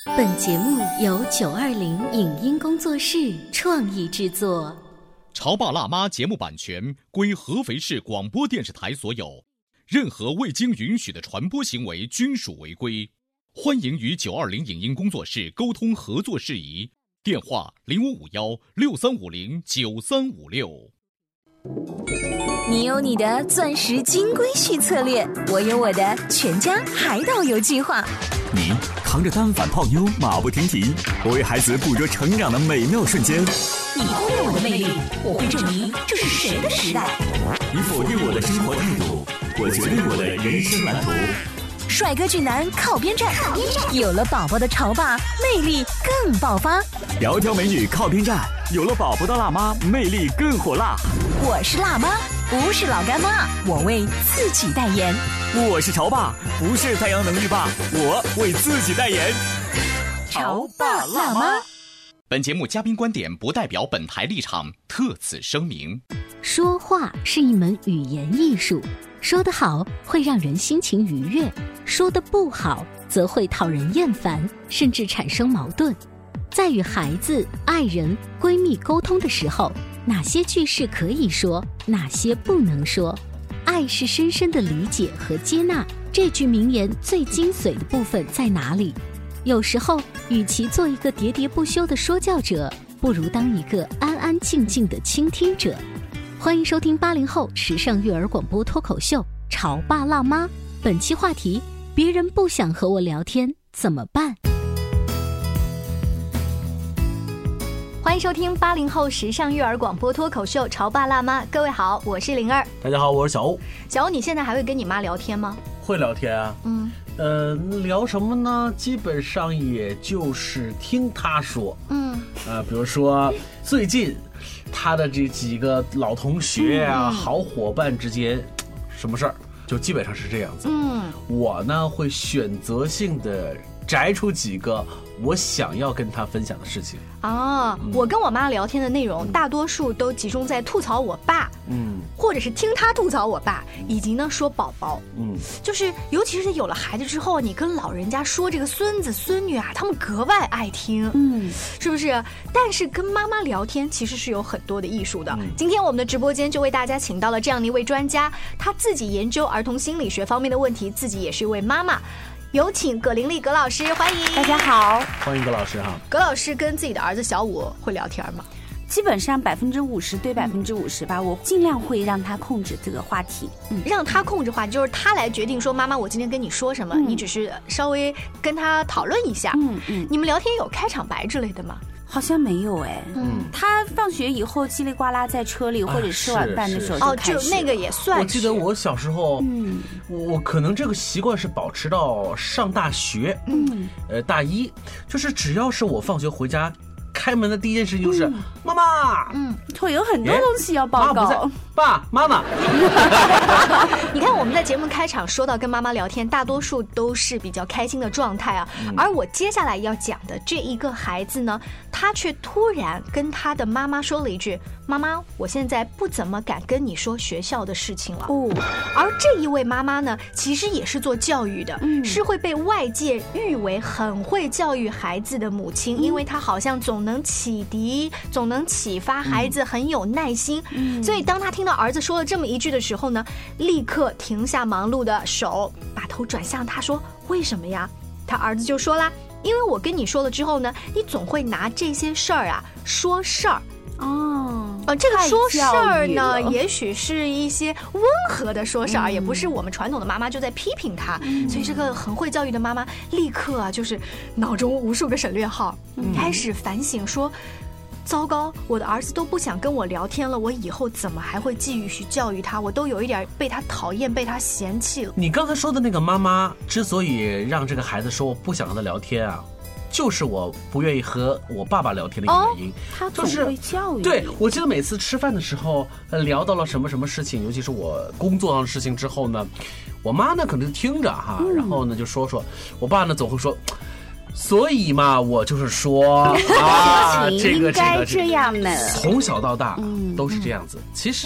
本节目由920影音工作室创意制作。 潮爸辣妈节目版权归合肥市广播电视台所有，任何未经允许的传播行为均属违规。欢迎与920影音工作室沟通合作事宜，电话055163509356。 你有你的钻石金龟婿策略，我有我的全家海岛游计划。 你扛着单反泡妞马不停蹄，我为孩子捕捉成长的美妙瞬间。 你忽略我的魅力，我会证明这是谁的时代。 你否定我的生活态度，我决定我的人生蓝图。 帅哥俊男靠边站，有了宝宝的潮爸魅力更爆发。 窈窕美女靠边站，有了宝宝的辣妈魅力更火辣。 我是辣妈，不是老干妈，我为自己代言。 我是潮爸，不是太阳能浴霸，我为自己代言。 潮爸辣妈。 本节目嘉宾观点不代表本台立场，特此声明。 说话是一门语言艺术，说得好会让人心情愉悦，说得不好则会讨人厌烦，甚至产生矛盾。在与孩子、爱人、闺蜜沟通的时候，哪些句式可以说，哪些不能说？爱是深深的理解和接纳，这句名言最精髓的部分在哪里？有时候，与其做一个喋喋不休的说教者，不如当一个安安静静的倾听者。欢迎收听80后时尚育儿广播脱口秀《潮爸辣妈》，本期话题：别人不想和我聊天怎么办？ 欢迎收听80后时尚育儿广播脱口秀《潮爸辣妈》，各位好，我是灵儿。 大家好，我是小欧。 小欧，你现在还会跟你妈聊天吗？ 会聊天啊。聊什么呢？基本上也就是听她说。比如说最近她的这几个老同学啊、好伙伴之间什么事儿，就基本上是这样子。我呢会选择性的摘出几个我想要跟他分享的事情啊。我跟我妈聊天的内容大多数都集中在吐槽我爸，或者是听他吐槽我爸，以及呢说宝宝，就是尤其是有了孩子之后，你跟老人家说这个孙子孙女啊，他们格外爱听，是不是？但是跟妈妈聊天其实是有很多的艺术的。今天我们的直播间就为大家请到了这样的一位专家，他自己研究儿童心理学方面的问题，自己也是一位妈妈。有请葛玲丽葛老师，欢迎大家好， 欢迎葛老师哈。 葛老师跟自己的儿子小武会聊天吗？ 基本上50%对50%吧，我尽量会让他控制这个话题。 让他控制话题，就是他来决定说妈妈，我今天跟你说什么，你只是稍微跟他讨论一下。你们聊天有开场白之类的吗？ 好像没有哎。他放学以后叽里呱啦在车里或者吃晚饭的时候就开始就那个也算是。 我记得我小时候，我可能这个习惯是保持到上大学，大一，就是只要是我放学回家，开门的第一件事情就是妈妈， 会有很多东西要报告。 妈不在，爸妈呢？ 你看我们在节目开场说到跟妈妈聊天，大多数都是比较开心的状态啊。而我接下来要讲的这一个孩子呢，他却突然跟他的妈妈说了一句：“妈妈，我现在不怎么敢跟你说学校的事情了。”而这一位妈妈呢，其实也是做教育的，是会被外界誉为很会教育孩子的母亲，因为她好像总能启迪，总能启发孩子，很有耐心。所以当她听到儿子说了这么一句的时候呢，立刻停下忙碌的手，把头转向他说：“为什么呀？”他儿子就说啦：“因为我跟你说了之后呢，你总会拿这些事儿啊说事儿。”这个说事儿呢，也许是一些温和的说事儿，也不是我们传统的妈妈就在批评他。所以这个很会教育的妈妈立刻啊，就是脑中无数个省略号，开始反省说：糟糕，我的儿子都不想跟我聊天了，我以后怎么还会继续教育他？我都有一点被他讨厌，被他嫌弃了。 你刚才说的那个妈妈之所以让这个孩子说我不想和他聊天啊，就是我不愿意和我爸爸聊天的一个原因。 他总会教育。 对，我记得每次吃饭的时候，聊到了什么什么事情，尤其是我工作上的事情之后呢，我妈呢可能就听着哈，然后呢就说，我爸呢总会说。所以嘛，我就是说啊，这个应该这样的， 从小到大都是这样子。其实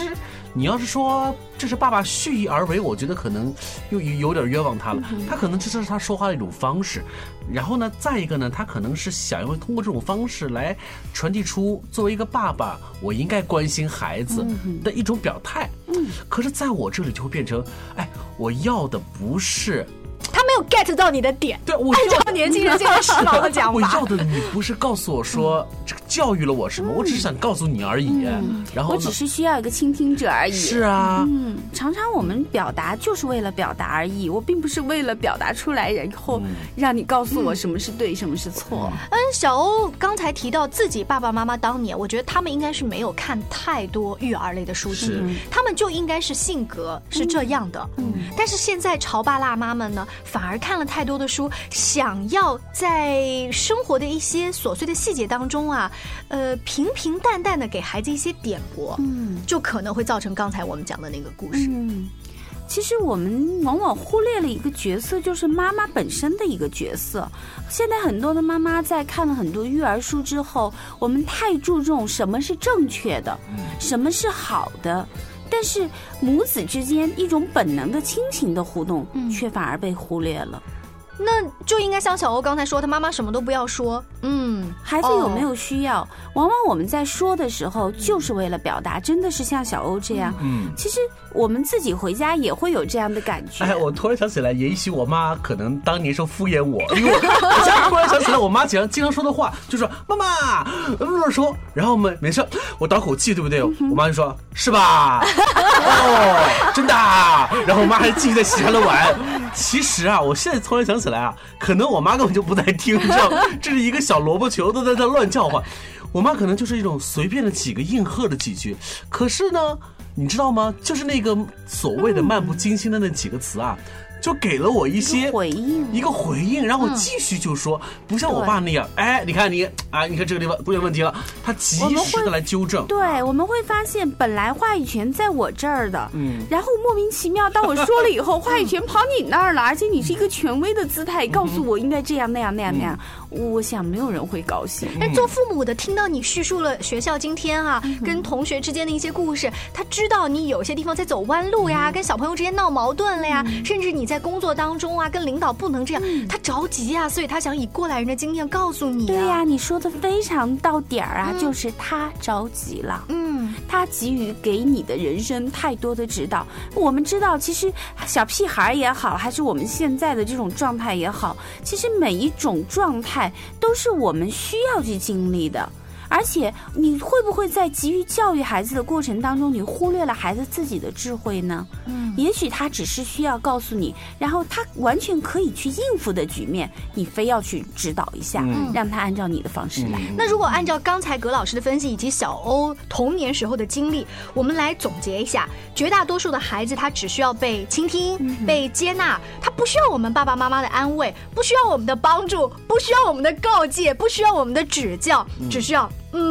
你要是说这是爸爸蓄意而为，我觉得可能又有点冤枉他了。他可能这是他说话的一种方式，然后呢，再一个呢，他可能是想要通过这种方式来传递出作为一个爸爸，我应该关心孩子的一种表态。可是在我这里就会变成，哎，我要的不是。 他没有 get 到你的点， 对，我按照年轻人现在时髦的讲法， 我要的你不是告诉我说这个教育了我什么，我只是想告诉你而已。然后我只是需要一个倾听者而已。 是啊， 常常我们表达就是为了表达而已，我并不是为了表达出来，然后让你告诉我什么是对，什么是错。 小欧刚才提到自己爸爸妈妈当年，我觉得他们应该是没有看太多育儿类的书籍，他们就应该是性格是这样的。但是现在潮爸辣妈们呢，反而看了太多的书，想要在生活的一些琐碎的细节当中啊，平平淡淡的给孩子一些点拨，就可能会造成刚才我们讲的那个故事。 其实我们往往忽略了一个角色，就是妈妈本身的一个角色。现在很多的妈妈在看了很多育儿书之后，我们太注重什么是正确的，什么是好的，但是母子之间一种本能的亲情的互动，却反而被忽略了。 那就应该像小欧刚才说，他妈妈什么都不要说。 孩子有没有需要，往往我们在说的时候就是为了表达，真的是像小欧这样。其实我们自己回家也会有这样的感觉。 哎，我突然想起来，也许我妈可能当年说敷衍我，因为我现在突然想起来，我妈经常说的话，就说妈妈说，然后没事，我倒口气，对不对？我妈就说是吧？哦，真的啊。然后我妈还继续在洗她的碗。其实啊，我现在突然想起来啊，可能我妈根本就不在听，知道这是一个小萝卜球都在这乱叫唤。我妈可能就是一种随便的几个应和的几句，可是呢，你知道吗？就是那个所谓的漫不经心的那几个词啊，就给了我一些一个回应，然后继续就说，不像我爸那样，哎，你看你看这个地方出现问题了，他及时的来纠正。 对，我们会发现本来话语权在我这儿的，然后莫名其妙当我说了以后，话语权跑你那儿了，而且你是一个权威的姿态，告诉我应该这样那样那样那样。我想没有人会高兴。 但做父母的听到你叙述了学校今天啊，跟同学之间的一些故事，他知道你有些地方在走弯路呀，跟小朋友之间闹矛盾了呀，甚至你在工作当中啊跟领导不能这样，他着急啊，所以他想以过来人的经验告诉你。 对呀，你说的非常到点儿啊，就是他着急了。他急于给你的人生太多的指导。我们知道，其实小屁孩也好，还是我们现在的这种状态也好，其实每一种状态都是我们需要去经历的。而且你会不会在急于教育孩子的过程当中，你忽略了孩子自己的智慧呢？也许他只是需要告诉你，然后他完全可以去应付的局面，你非要去指导一下，让他按照你的方式来。 那如果按照刚才葛老师的分析以及小欧童年时候的经历，我们来总结一下，绝大多数的孩子他只需要被倾听，被接纳，他不需要我们爸爸妈妈的安慰，不需要我们的帮助，不需要我们的告诫，不需要我们的指教，只需要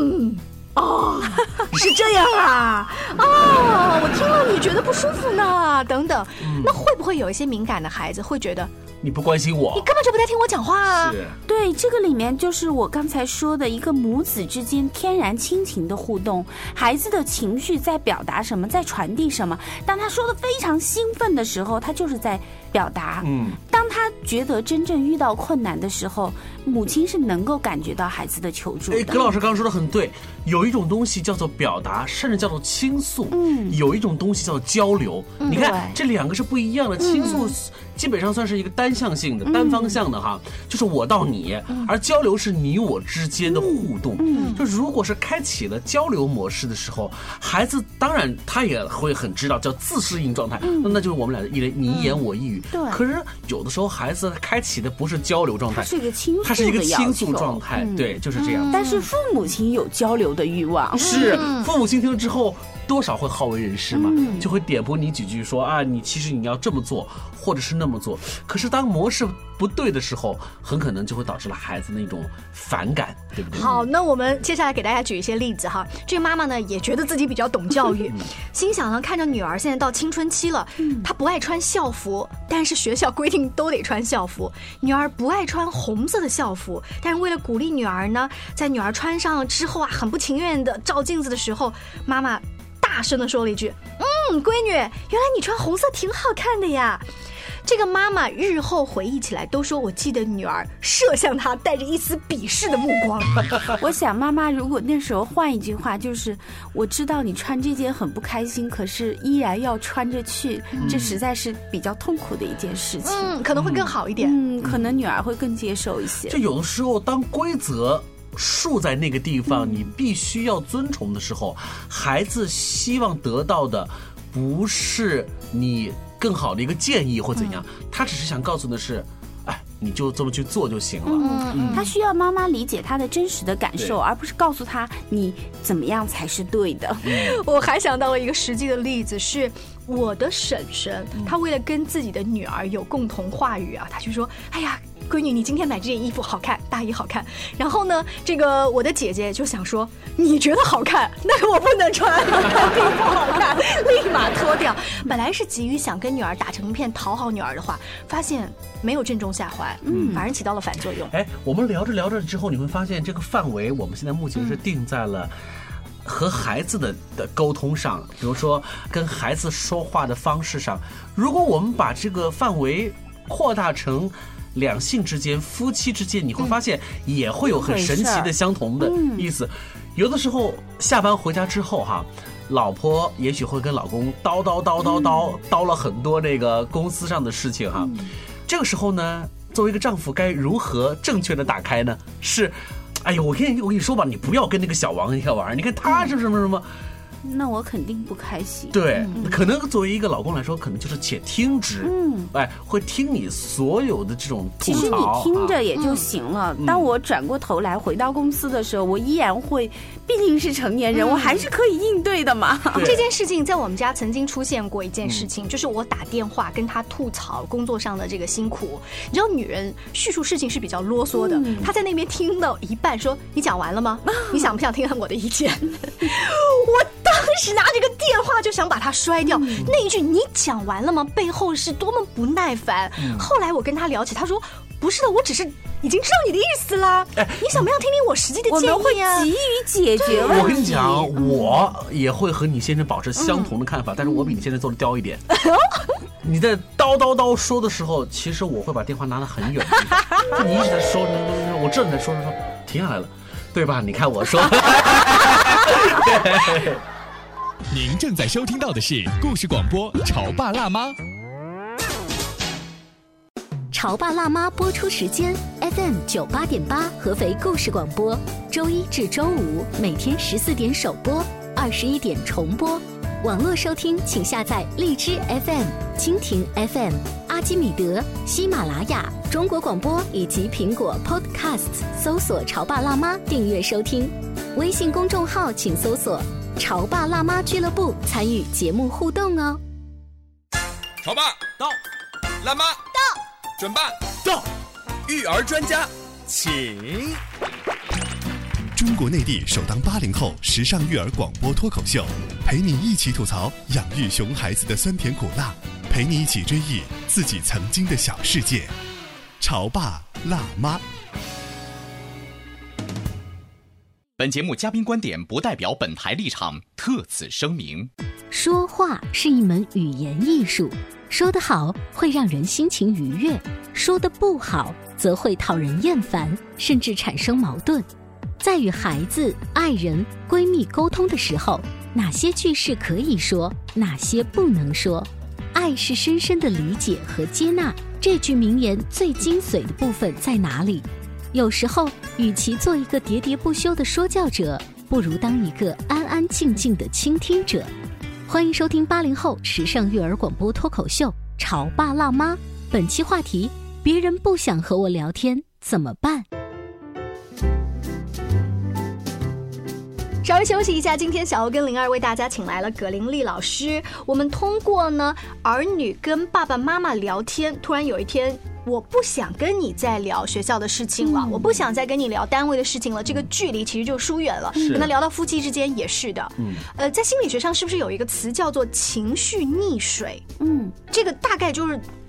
是这样啊，我听了你觉得不舒服呢，等等。那会不会有一些敏感的孩子会觉得你不关心我， 你根本就不在听我讲话啊？ 是， 对，这个里面就是我刚才说的一个母子之间天然亲情的互动，孩子的情绪在表达什么，在传递什么。当他说的非常兴奋的时候，他就是在表达。当他觉得真正遇到困难的时候，母亲是能够感觉到孩子的求助的。 葛老师刚刚说的很对，有一种东西叫做表达，甚至叫做倾诉。有一种东西叫做交流。你看这两个是不一样的。倾诉基本上算是一个单向性的、单方向的哈，就是我到你，而交流是你我之间的互动。就如果是开启了交流模式的时候，孩子当然他也会很知道叫自适应状态，那就是我们俩的你一言我一语。 对。 可是有的时候孩子开启的不是交流状态， 它是一个倾诉状态。对，就是这样。 但是父母亲有交流的欲望， 是父母亲听了之后多少会好为人师嘛，就会点拨你几句说啊，你其实你要这么做，或者是那么做。可是当模式不对的时候，很可能就会导致了孩子那种反感，对不对？ 好，那我们接下来给大家举一些例子哈。这个妈妈呢也觉得自己比较懂教育，心想呢看着女儿现在到青春期了，她不爱穿校服，但是学校规定都得穿校服。女儿不爱穿红色的校服，但是为了鼓励女儿呢，在女儿穿上之后啊，很不情愿的照镜子的时候，妈妈大声的说了一句闺女，原来你穿红色挺好看的呀。这个妈妈日后回忆起来都说，我记得女儿射向她带着一丝鄙视的目光。 我想妈妈如果那时候换一句话，就是我知道你穿这件很不开心，可是依然要穿着去，这实在是比较痛苦的一件事情。 可能会更好一点。 可能女儿会更接受一些。 就有的时候当规则竖在那个地方，你必须要遵从的时候，孩子希望得到的不是你更好的一个建议或怎样，他只是想告诉的是，你就这么去做就行了。 他需要妈妈理解他的真实的感受，而不是告诉他你怎么样才是对的。 我还想到了一个实际的例子，是我的婶婶，她为了跟自己的女儿有共同话语啊，她就说：“哎呀，闺女，你今天买这件衣服好看，大衣好看。”然后呢，这个我的姐姐就想说：“你觉得好看，那我不能穿，并不好看，立马脱掉。”本来是急于想跟女儿打成一片讨好女儿的话，发现没有正中下怀，反而起到了反作用。 我们聊着聊着之后，你会发现这个范围，我们现在目前是定在了和孩子的沟通上，比如说跟孩子说话的方式上。如果我们把这个范围扩大成两性之间、夫妻之间，你会发现也会有很神奇的相同的意思。有的时候下班回家之后老婆也许会跟老公叨了很多这个公司上的事情这个时候呢，作为一个丈夫该如何正确的打开呢？是，我跟你说吧，你不要跟那个小王一块玩，你看他是什么什么。 那我肯定不开心。 对，可能作为一个老公来说，可能就是且听之，会听你所有的这种吐槽。 其实你听着也就行了。当我转过头来回到公司的时候，我依然会，毕竟是成年人，我还是可以应对的嘛。 这件事情在我们家曾经出现过一件事情，就是我打电话跟他吐槽工作上的这个辛苦。你知道，女人叙述事情是比较啰嗦的，她在那边听到一半说：“你讲完了吗？你想不想听看我的意见？”我当时拿这个电话就想把它摔掉，那一句你讲完了吗背后是多么不耐烦。后来我跟他聊起，他说不是的，我只是已经知道你的意思啦，你想不想听听我实际的建议啊？ 我们会急于解决问题。 我跟你讲，我也会和你先生保持相同的看法，但是我比你先生做的刁一点。你在叨说的时候，其实我会把电话拿得很远，就你一直在说，我知道你在说，停下来了，对吧？你看我说。 您正在收听到的是故事广播《潮爸辣妈》。 潮爸辣妈播出时间 FM 98.8合肥故事广播，周一至周五每天14点首播，21点重播。网络收听请下载荔枝 FM、蜻蜓 FM、阿基米德、喜马拉雅、中国广播以及苹果 Podcasts 搜索潮爸辣妈订阅收听。微信公众号请搜索潮爸辣妈俱乐部，参与节目互动哦。 潮爸到，辣妈到， 准爸到，育儿专家请。 中国内地首档80后时尚育儿广播脱口秀，陪你一起吐槽养育熊孩子的酸甜苦辣，陪你一起追忆自己曾经的小世界。潮爸辣妈。 本节目嘉宾观点不代表本台立场，特此声明。 说话是一门语言艺术，说得好会让人心情愉悦，说得不好则会讨人厌烦，甚至产生矛盾。在与孩子、爱人、闺蜜沟通的时候，哪些句式可以说，哪些不能说？爱是深深的理解和接纳，这句名言最精髓的部分在哪里？有时候，与其做一个喋喋不休的说教者，不如当一个安安静静的倾听者。欢迎收听80后时尚育儿广播脱口秀《潮爸辣妈》，本期话题：别人不想和我聊天怎么办？ 稍微休息一下，今天小欧跟灵儿为大家请来了葛玲丽老师。我们通过呢儿女跟爸爸妈妈聊天，突然有一天我不想跟你再聊学校的事情了，我不想再跟你聊单位的事情了，这个距离其实就疏远了。可能聊到夫妻之间也是的。在心理学上是不是有一个词叫做情绪溺水？这个大概就是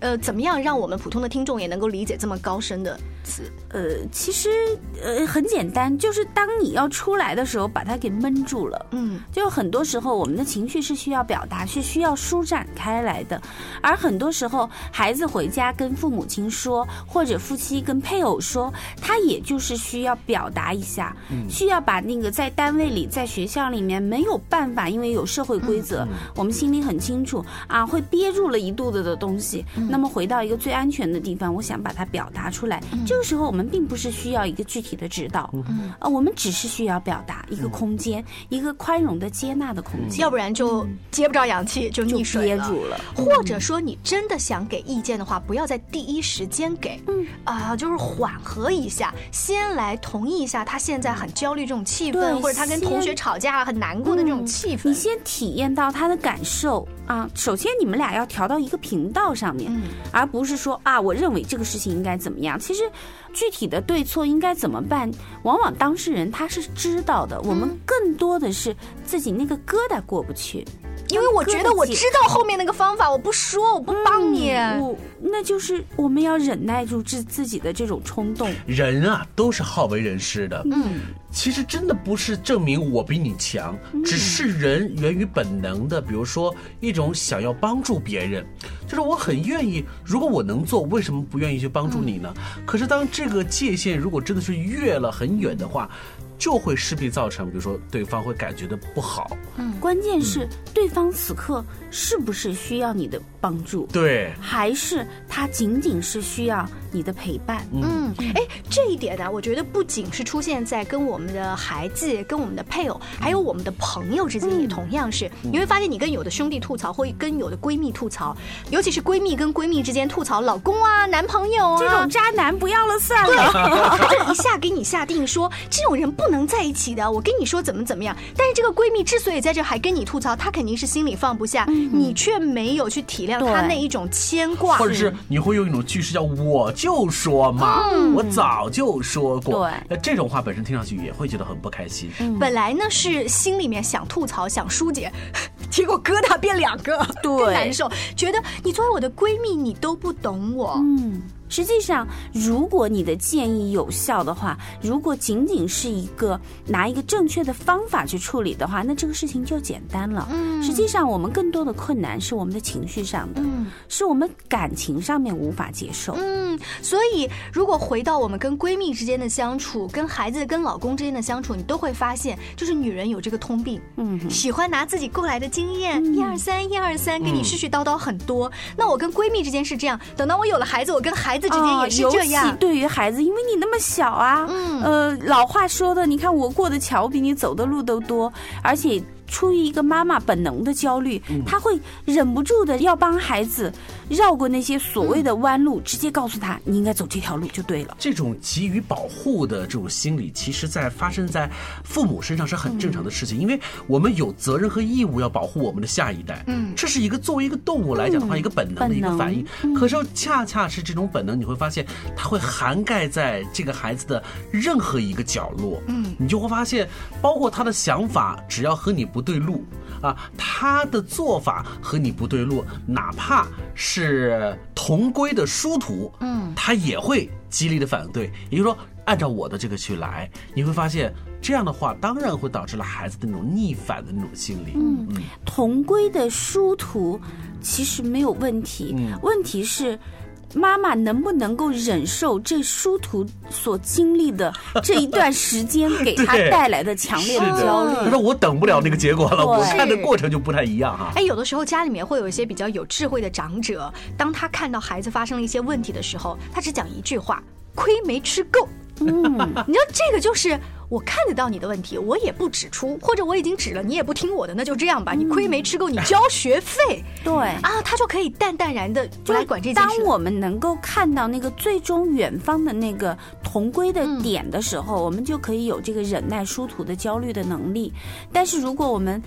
怎么样让我们普通的听众也能够理解这么高深的词？ 其实很简单，就是当你要出来的时候，把它给闷住了。就很多时候我们的情绪是需要表达，是需要舒展开来的。而很多时候，孩子回家跟父母亲说，或者夫妻跟配偶说，他也就是需要表达一下，需要把那个在单位里、在学校里面没有办法，因为有社会规则，我们心里很清楚啊，会憋住了一肚子的东西。那么回到一个最安全的地方，我想把它表达出来。这个时候我们并不是需要一个具体的指导，我们只是需要表达一个空间，一个宽容的接纳的空间， 要不然就接不着氧气，就溺水了， 憋住了。 或者说你真的想给意见的话，不要在第一时间给，就是缓和一下，先来同意一下他现在很焦虑这种气氛，或者他跟同学吵架很难过的这种气氛， 你先体验到他的感受啊。首先你们俩要调到一个频道上面，而不是说啊，我认为这个事情应该怎么样。其实具体的对错应该怎么办，往往当事人他是知道的，我们更多的是自己那个疙瘩过不去。 因为我觉得我知道后面那个方法，我不说，我不帮你， 那就是我们要忍耐住自己的这种冲动。 人啊，都是好为人师的。其实真的不是证明我比你强，只是人源于本能的，比如说一种想要帮助别人，就是我很愿意，如果我能做，为什么不愿意去帮助你呢？可是当这个界限如果真的是越了很远的话，就会势必造成，比如说对方会感觉的不好。 关键是对方此刻是不是需要你的帮助？ 对， 还是他仅仅是需要你的陪伴？ 这一点呢，我觉得不仅是出现在跟我们的孩子、跟我们的配偶，还有我们的朋友之间，也同样是。你会发现，你跟有的兄弟吐槽，或跟有的闺蜜吐槽，尤其是闺蜜跟闺蜜之间吐槽老公啊、男朋友啊， 这种渣男不要了算了， 他就一下给你下定说这种人不能在一起的，我跟你说怎么样。但是这个闺蜜之所以在这还跟你吐槽，她肯定是心里放不下，你却没有去体谅她那一种牵挂， 或者是你会用一种句式叫我就说嘛，我早就说过。那这种话本身听上去也会觉得很不开心。 本来呢是心里面想吐槽想疏解，结果疙瘩变2个，更难受，觉得你作为我的闺蜜你都不懂我。 实际上，如果你的建议有效的话，如果仅仅是拿一个正确的方法去处理的话，那这个事情就简单了。实际上，我们更多的困难是我们的情绪上的，是我们感情上面无法接受。 所以如果回到我们跟闺蜜之间的相处，跟孩子、跟老公之间的相处，你都会发现，就是女人有这个通病，喜欢拿自己过来的经验123给你絮絮叨叨很多。那我跟闺蜜之间是这样，等到我有了孩子，我跟孩子之间也是这样。 尤其对于孩子，因为你那么小啊，老话说的，你看我过的桥比你走的路都多，而且出于一个妈妈本能的焦虑，她会忍不住的要帮孩子绕过那些所谓的弯路，直接告诉他你应该走这条路就对了。 这种急于保护的这种心理，其实在发生在父母身上是很正常的事情，因为我们有责任和义务要保护我们的下一代。这是作为一个动物来讲的话，一个本能的一个反应。可是恰恰是这种本能，你会发现它会涵盖在这个孩子的任何一个角落。你就会发现，包括他的想法，只要和你不对路啊，他的做法和你不对路，哪怕是同归的殊途，他也会极力的反对。也就是说，按照我的这个去来，你会发现这样的话，当然会导致了孩子的那种逆反的那种心理。 同归的殊途其实没有问题，问题是妈妈能不能够忍受这殊途所经历的这一段时间给他带来的强烈的焦虑。 他说我等不了那个结果了，我看的过程就不太一样哈。 有的时候家里面会有一些比较有智慧的长者，当他看到孩子发生了一些问题的时候，他只讲一句话：亏没吃够。你知道这个就是我看得到你的问题，我也不指出，或者我已经指了，你也不听我的，那就这样吧，你亏没吃够，你交学费。 对啊，他就可以淡淡然的来管这件事。 当我们能够看到那个最终远方的那个同归的点的时候，我们就可以有这个忍耐殊途的焦虑的能力。但是如果我们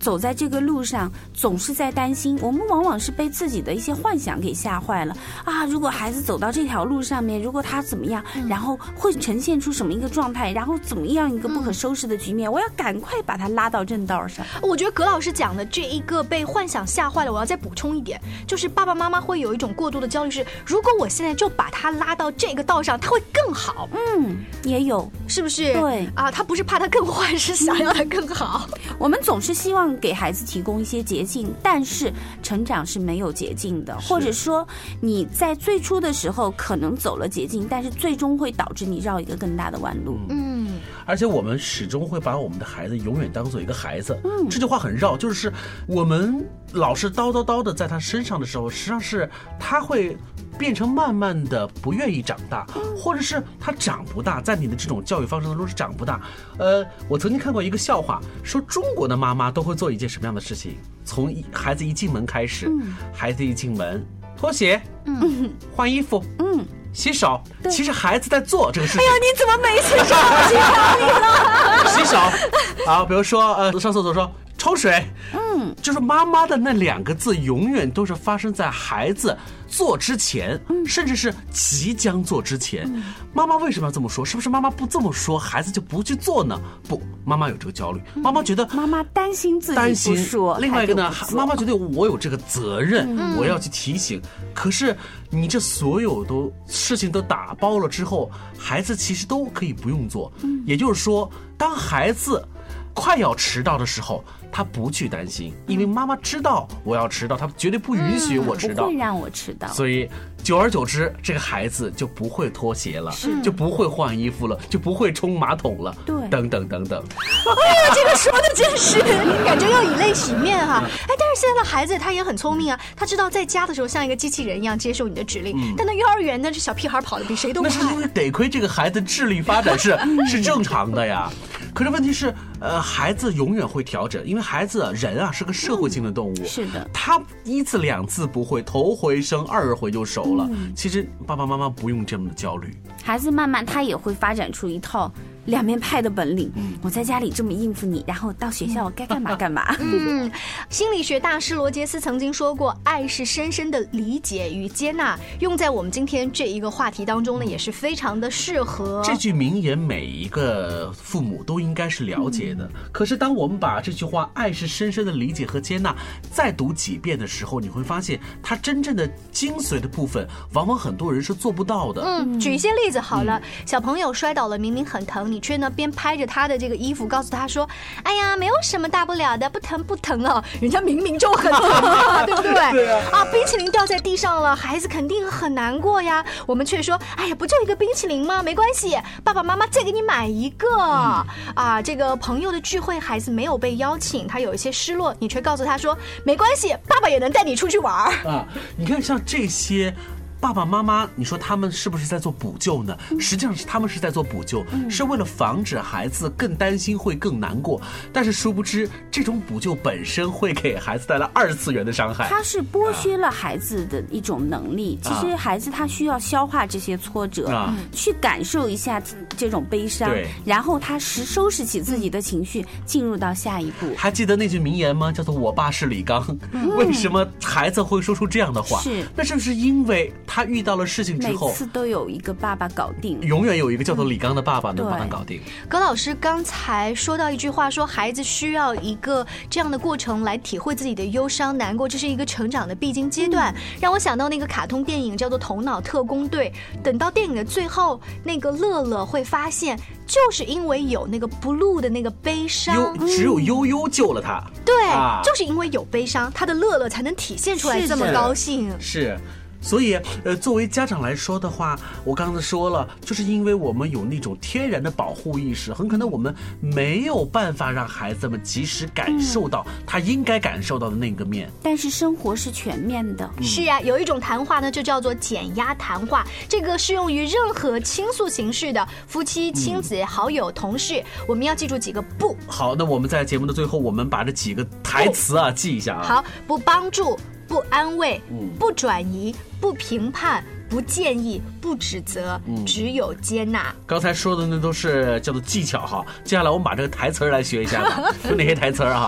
走在这个路上总是在担心，我们往往是被自己的一些幻想给吓坏了啊！如果孩子走到这条路上面，如果他怎么样，然后会呈现出什么一个状态，然后怎么样一个不可收拾的局面，我要赶快把他拉到正道上。 我觉得葛老师讲的这一个被幻想吓坏了，我要再补充一点，就是爸爸妈妈会有一种过度的焦虑，是如果我现在就把他拉到这个道上，他会更好。 也有， 是不是？ 对啊，他不是怕他更坏，是想要他更好。 我们总是希望给孩子提供一些捷径，但是成长是没有捷径的，或者说你在最初的时候可能走了捷径，但是最终会导致你绕一个更大的弯路。 而且我们始终会把我们的孩子永远当做一个孩子。这句话很绕，就是我们老是叨叨叨的在他身上的时候，实际上是他会变成慢慢的不愿意长大，或者是他长不大，在你的这种教育方式当中是长不大。我曾经看过一个笑话，说中国的妈妈都会做一件什么样的事情？从孩子一进门开始，孩子一进门脱鞋，换衣服，洗手。其实孩子在做这个事情。 哎呀，你怎么每次这么紧张你了？ 洗手啊，比如说上厕所说冲水，就是妈妈的那2个字永远都是发生在孩子做之前，甚至是即将做之前。妈妈为什么要这么说？是不是妈妈不这么说，孩子就不去做呢？不，妈妈有这个焦虑，妈妈觉得妈妈担心自己不说。 另外一个呢，妈妈觉得我有这个责任，我要去提醒。可是你这所有的事情都打包了之后，孩子其实都可以不用做。也就是说，当孩子快要迟到的时候，他不去担心，因为妈妈知道我要迟到，他绝对不允许我迟到， 不会让我迟到。 所以久而久之，这个孩子就不会脱鞋了，就不会换衣服了，就不会冲马桶了， 对， 等等等等。 哎呀，这个说的真是感觉要以泪洗面哈。但是现在的孩子他也很聪明啊，他知道在家的时候像一个机器人一样接受你的指令，但那幼儿园的这小屁孩跑得比谁都快。 那是因为得亏这个孩子智力发展是正常的呀。可是问题是，孩子永远会调整，因为孩子人啊是个社会性的动物， 是的， 他1次2次不会，头回生2回就熟了。其实爸爸妈妈不用这么的焦虑， 孩子慢慢他也会发展出一套两面派的本领。我在家里这么应付你，然后到学校我该干嘛干嘛。 心理学大师罗杰斯曾经说过，爱是深深的理解与接纳，用在我们今天这一个话题当中呢，也是非常的适合。 这句名言每一个父母都应该是了解的。可是当我们把这句话爱是深深的理解和接纳再读几遍的时候，你会发现它真正的精髓的部分往往很多人是做不到的。 举一些例子好了，小朋友摔倒了，明明很疼，你却呢边拍着他的这个衣服告诉他说，哎呀没有什么大不了的，不疼不疼哦，人家明明就很疼啊，对不对？ 对啊， 冰淇淋掉在地上了，孩子肯定很难过呀，我们却说，哎呀不就一个冰淇淋吗？没关系，爸爸妈妈再给你买一个。这个朋友的聚会，孩子没有被邀请，他有一些失落，你却告诉他说，没关系，爸爸也能带你出去玩啊。你看像这些爸爸妈妈，你说他们是不是在做补救呢？实际上是他们是在做补救，是为了防止孩子更担心会更难过。但是殊不知，这种补救本身会给孩子带来2次元的伤害。 他是剥削了孩子的一种能力。其实孩子他需要消化这些挫折，去感受一下这种悲伤，然后他收拾起自己的情绪，进入到下一步。 还记得那句名言吗？叫做我爸是李刚。为什么孩子会说出这样的话？那是不是因为他遇到了事情之后， 每次都有一个爸爸搞定， 永远有一个叫做李刚的爸爸能帮他搞定。 葛老师刚才说到一句话，说孩子需要一个这样的过程来体会自己的忧伤难过，这是一个成长的必经阶段，让我想到那个卡通电影叫做《头脑特工队》。等到电影的最后，那个乐乐会发现，就是因为有那个 blue 的那个悲伤， 只有悠悠救了他。 对，就是因为有悲伤，他的乐乐才能体现出来这么高兴。 是。所以，作为家长来说的话，我刚才说了，就是因为我们有那种天然的保护意识，很可能我们没有办法让孩子们及时感受到他应该感受到的那个面。 但是生活是全面的。 是啊，有一种谈话呢，就叫做减压谈话，这个适用于任何倾诉形式的夫妻、亲子、好友、同事。我们要记住几个不。 好，那我们在节目的最后，我们把这几个台词记一下啊。 好，不帮助，不安慰，不转移，不评判，不建议，不指责，只有接纳。 刚才说的那都是叫做技巧哈，接下来我们把这个台词来学一下吧。有哪些台词哈？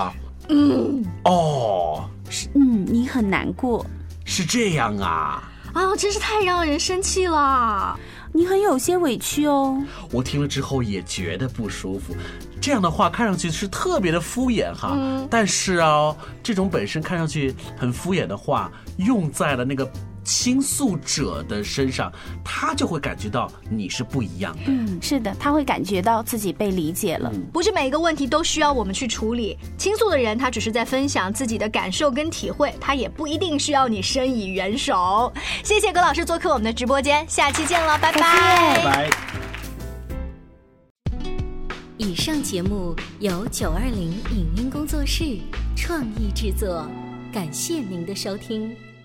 你很难过， 是这样啊？ 真是太让人生气了。 你很有些委屈哦。 我听了之后也觉得不舒服。这样的话看上去是特别的敷衍哈，但是这种本身看上去很敷衍的话，用在了那个倾诉者的身上，他就会感觉到你是不一样的。 是的，他会感觉到自己被理解了。 不是每一个问题都需要我们去处理，倾诉的人他只是在分享自己的感受跟体会，他也不一定需要你伸以援手。谢谢葛老师做客我们的直播间，下期见了，拜拜。 拜拜。 以上节目由920影音工作室创意制作，感谢您的收听。